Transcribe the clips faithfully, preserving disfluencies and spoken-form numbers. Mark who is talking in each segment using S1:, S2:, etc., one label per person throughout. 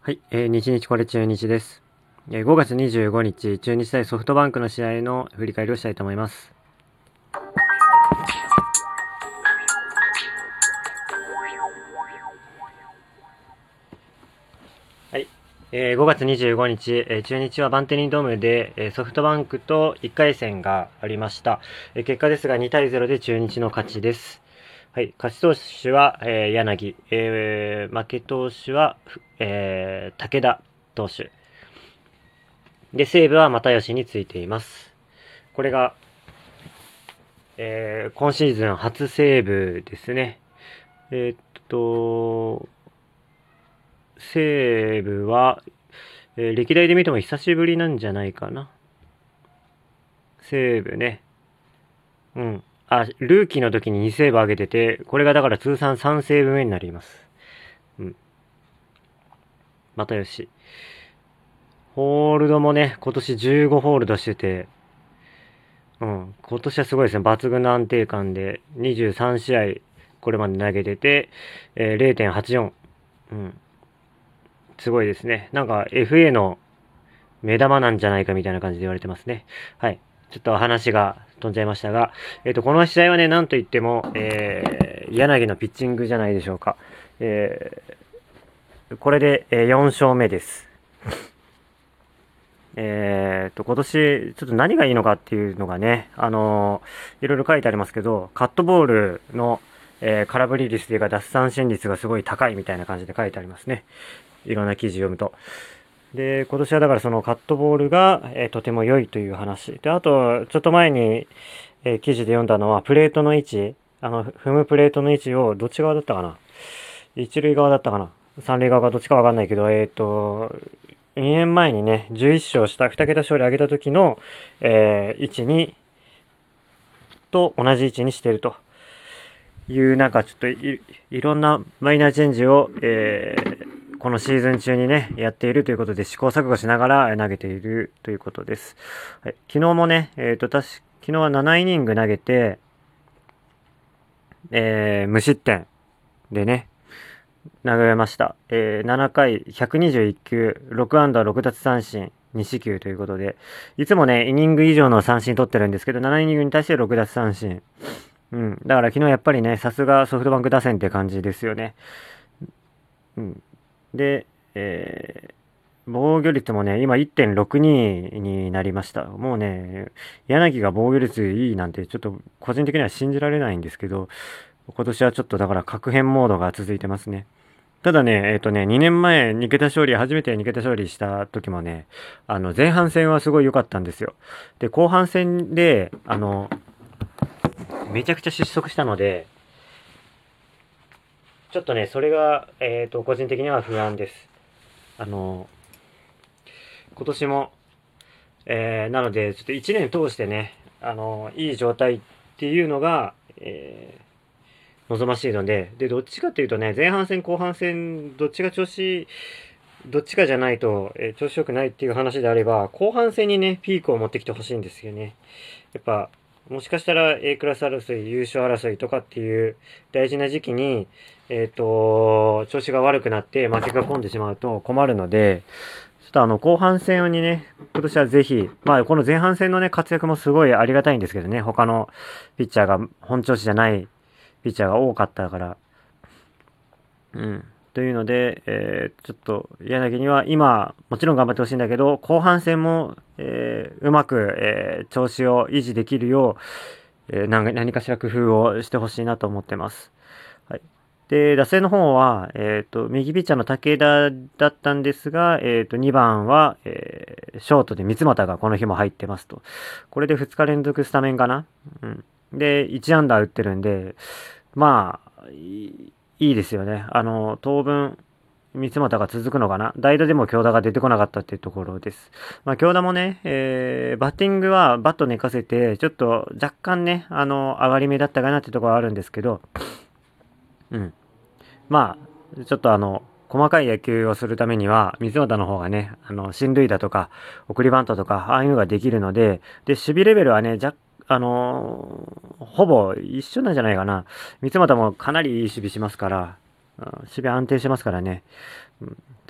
S1: はい、えー、日日これ中日です。えー、ごがつにじゅうごにち、中日対ソフトバンクの試合の振り返りをしたいと思います。はい、えー、ごがつにじゅうごにち、えー、中日はバンテリンドームで、えー、ソフトバンクといっかい戦がありました。えー、結果ですがにたいゼロで中日の勝ちです。はい、勝ち投手は、えー、柳、えー、負け投手は、えー、武田投手。で、西武は又吉についています。これが、えー、今シーズン初セーブですね。えーっと、西武は、えー歴代で見ても久しぶりなんじゃないかな。西武ね。うん。あ、ルーキーの時ににセーブ上げてて、これがだから通算さんセーブ目になります。うん。またよし。ホールドもね、今年じゅうごホールドしてて、うん。今年はすごいですね。抜群の安定感で、にじゅうさんしあい、これまで投げてて、えー、れいてんはちよん。うん。すごいですね。なんか エフエー の目玉なんじゃないかみたいな感じで言われてますね。はい。ちょっと話が飛んじゃいましたが、えっ、と、この試合はね、なんといっても、えー、柳のピッチングじゃないでしょうか。えー、これで、えー、よん勝目です。えーと、今年、ちょっと何がいいのかっていうのがね、あのーいろいろ書いてありますけど、カットボールの、えー空振り率というか奪三振率がすごい高いみたいな感じで書いてありますね。いろんな記事読むと。で、今年はだからそのカットボールが、えーとても良いという話。で、あと、ちょっと前に、えー記事で読んだのは、プレートの位置、あの、踏むプレートの位置を、どっち側だったかな、一塁側だったかな、三塁側かどっちかわかんないけど、えっ、と、にねんまえにね、じゅういっ勝した、に桁勝利上げた時の、えー位置に、と同じ位置にしているという、なんかちょっとい、いろんなマイナーチェンジを、えーこのシーズン中にね、やっているということで試行錯誤しながら投げているということです。はい、昨日もね、えっ、と、確か昨日はななイニング投げて、えー無失点でね、投げました。えーななかいひゃくにじゅういち球、ろく安打ろく奪三振、に四球ということで、いつもね、イニング以上の三振取ってるんですけど、ななイニングに対してろく奪三振。うん。だから昨日やっぱりね、さすがソフトバンク打線って感じですよね。うん。で、えー防御率もね、今いってんろくにになりました。もうね、柳が防御率いいなんてちょっと個人的には信じられないんですけど、今年はちょっとだから確変モードが続いてますね。ただね、えっ、とね、にねんまえに桁勝利、初めてに桁勝利した時もね、あの、前半戦はすごい良かったんですよ。で、後半戦で、あの、めちゃくちゃ失速したので、ちょっとね、それが、えっ、と、個人的には不安です。あの、今年も、えーなので、ちょっといちねん通してね、あの、いい状態っていうのが、えー望ましいので、で、どっちかっていうとね、前半戦、後半戦、どっちが調子どっちかじゃないと、えー調子良くないっていう話であれば、後半戦にね、ピークを持ってきてほしいんですよね。やっぱ、もしかしたら A クラス争い、優勝争いとかっていう大事な時期に、えっ、と、調子が悪くなって負けが込んでしまうと困るので、ちょっとあの、後半戦にね、今年はぜひ、まあ、この前半戦のね、活躍もすごいありがたいんですけどね、他のピッチャーが本調子じゃないピッチャーが多かったから、うん。というので、えーちょっと柳には今、もちろん頑張ってほしいんだけど、後半戦も、えーうまく、えー調子を維持できるよう、えー何何かしら工夫をしてほしいなと思ってます。はい。で、打線の方は、えっと、右ピッチャーの武田だったんですが、えっと、にばんは、えーショートで三俣がこの日も入ってますと。これでふつか連続スタメンかな。うん。で、いち安打打ってるんで、まあ、いいいいですよね。あの、当分、三俣が続くのかな。代打でも京田が出てこなかったっていうところです。まあ、京田もね、えー、バッティングはバット寝かせて、ちょっと若干ね、あの、上がり目だったかなっていうところはあるんですけど、うん。まあ、ちょっとあの、細かい野球をするためには、水俣の方がね、あの、進塁打とか、送りバントとか、ああいうのができるので、で、守備レベルはね、若あのーほぼ一緒なんじゃないかな。三俣もかなりいい守備しますから、うん守備安定してますからね。うん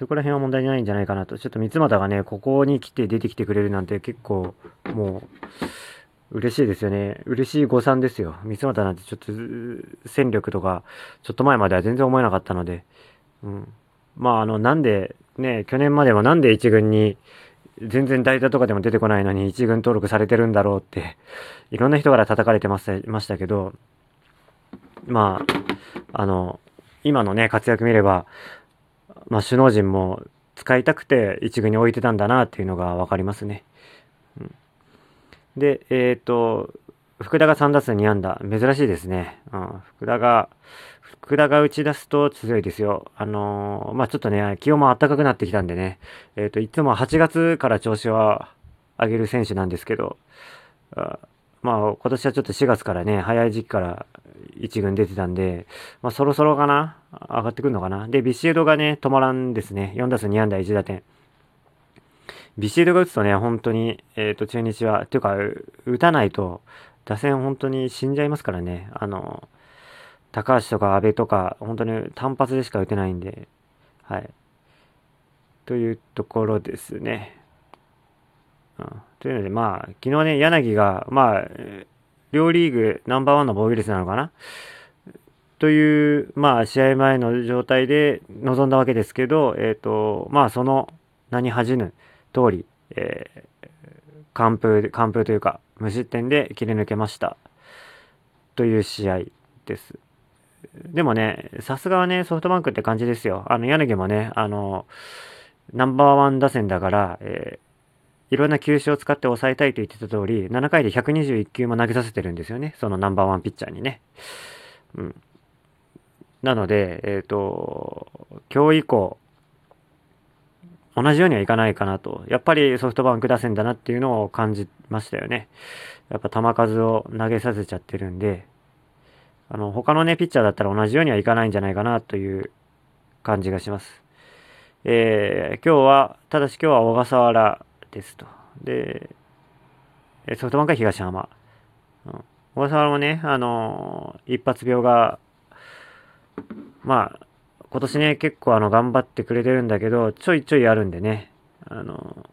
S1: そこら辺は問題ないんじゃないかなと。ちょっと三俣がね、ここに来て出てきてくれるなんて結構、もう、嬉しいですよね。嬉しい誤算ですよ。三俣なんてちょっと、戦力とか、ちょっと前までは全然思えなかったので。うん。まあ、あの、なんで、ね、去年まではなんで一軍に、全然代打とかでも出てこないのに一軍登録されてるんだろうって、いろんな人から叩かれてましたましたけど、まあ、あの、今のね、活躍見れば、まあ、首脳陣も使いたくて一軍に置いてたんだなっていうのが分かりますね。うん、で、えっ、ー、と、福田がさん打数に安打。珍しいですね。うん、福田が、福田が打ち出すと強いですよ。あのー、まあちょっとね、気温も暖かくなってきたんでね、えっ、ー、と、いつもはちがつから調子は上げる選手なんですけど、あまあ今年はちょっとしがつからね、早い時期から一軍出てたんで、まあそろそろかな上がってくるのかな。で、ビシエドがね、止まらんですね。よん打数に安打いち打点。ビシエドが打つとね、本当に、えっ、ー、と、中日は、っていうか、打たないと、打線本当に死んじゃいますからね。あの、高橋とか阿部とか、本当に単発でしか打てないんで、はい。というところですね。うん、というので、まあ、昨日ね、柳が、まあ、両リーグナンバーワンの防御率なのかなという、まあ、試合前の状態で臨んだわけですけど、えっ、ー、と、まあ、その名に恥じぬ通り、えー、完封、完封というか、無失点で切り抜けましたという試合です。でもね、さすがはね、ソフトバンクって感じですよ。あの、柳もね、あの、ナンバーワン打線だから、えー、いろんな球種を使って抑えたいと言ってた通り、ななかいでひゃくにじゅういち球も投げさせてるんですよね。そのナンバーワンピッチャーにね。うん。なので、えっ、ー、と、今日以降、同じようにはいかないかなと。やっぱりソフトバンク打線だなっていうのを感じましたよね。やっぱ球数を投げさせちゃってるんで、あの、他のね、ピッチャーだったら同じようにはいかないんじゃないかなという感じがします。えー、今日は、ただし今日は小笠原ですと。で、ソフトバンクは東浜。うん、小笠原もね、あのー一発病が、まあ、今年ね、結構あの、頑張ってくれてるんだけど、ちょいちょいあるんでね。あのー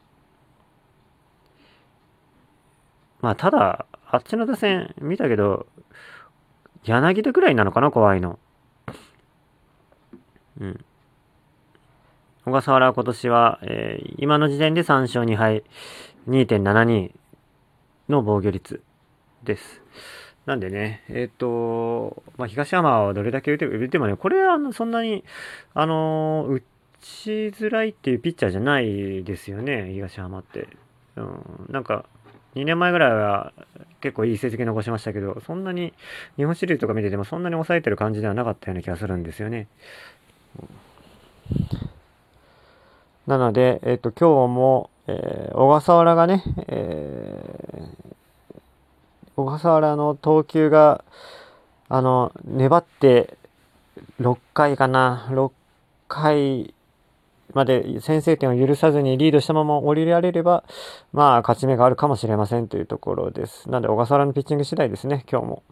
S1: まあ、ただ、あっちの打線見たけど、柳田くらいなのかな、怖いの。うん。小笠原は今年は、えー今の時点でさん勝に敗、にてんななにの防御率です。なんでね、えっ、と、まあ、東山はどれだけ打てる、打てもね、これはあのそんなに、あのー打ちづらいっていうピッチャーじゃないですよね、東浜って。うん、なんか、にねんまえぐらいは結構いい成績残しましたけど、そんなに、日本シリーズとか見ててもそんなに抑えてる感じではなかったような気がするんですよね。なので、えっ、と、今日も、えー小笠原がね、えー小笠原の投球が、あの、粘ってろっかいかな、ろっかいまで先制点を許さずにリードしたまま降りられれば、まあ、勝ち目があるかもしれませんというところです。なので、小笠原のピッチング次第ですね、今日も。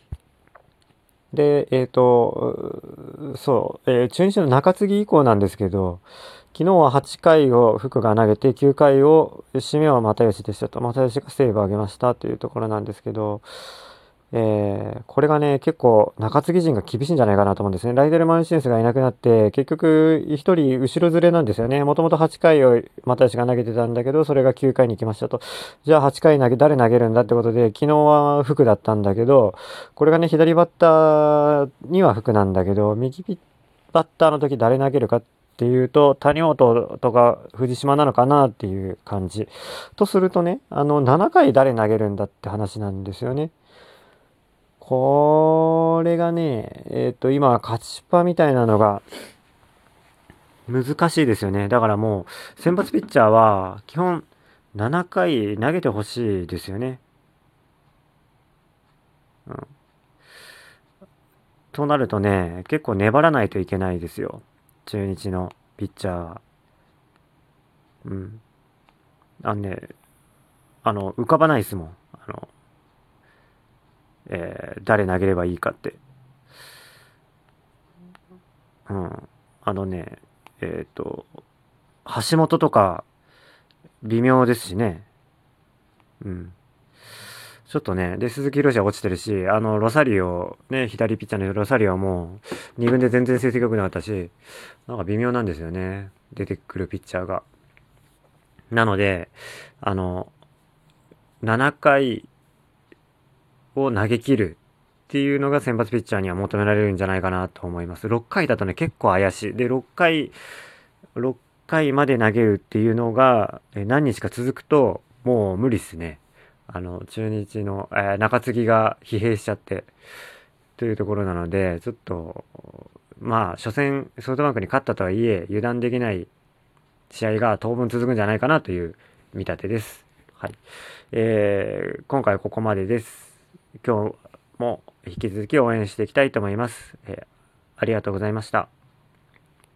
S1: で、えっ、と、そう、えー中日の中継ぎ以降なんですけど、昨日ははちかいを福が投げて、きゅうかいを締めは又吉でしたと。又吉がセーブを上げましたというところなんですけど、えーこれがね、結構中継ぎ陣が厳しいんじゃないかなと思うんですね。ライデルマンシンスがいなくなって、結局ひとり後ろずれなんですよね。もともとはちかいを又吉が投げてたんだけど、それがきゅうかいに行きましたと。じゃあはちかい投げ、誰投げるんだってことで、昨日は福だったんだけど、これがね、左バッターには福なんだけど、右バッターの時誰投げるかっていうと、谷本とか藤島なのかなっていう感じ。とするとね、あの、ななかい誰投げるんだって話なんですよね。これがね、えっと、今、勝ちパみたいなのが難しいですよね。だからもう、先発ピッチャーは、基本、ななかい投げてほしいですよね。うん。となるとね、結構粘らないといけないですよ。中日のピッチャーは。うん。あのね、あの、浮かばないですもん。あの、えー誰投げればいいかって。うん。あのね、 えっと、橋本とか微妙ですしね。うん。ちょっとね、で、鈴木宏は落ちてるし、あの、ロサリオ、ね、左ピッチャーのロサリオはもう、に軍で全然成績良くなかったし、なんか微妙なんですよね。出てくるピッチャーが。なので、あの、ななかいを投げ切るっていうのが先発ピッチャーには求められるんじゃないかなと思います。ろっかいだとね、結構怪しい。で、ろっかい、ろっかいまで投げるっていうのが、え何日か続くと、もう無理っすね。あの、中日の、えー中継ぎが疲弊しちゃって、というところなので、ちょっと、まあ、初戦、ソフトバンクに勝ったとはいえ、油断できない試合が当分続くんじゃないかなという見立てです。はい。えー今回はここまでです。今日も引き続き応援していきたいと思います。えーありがとうございました。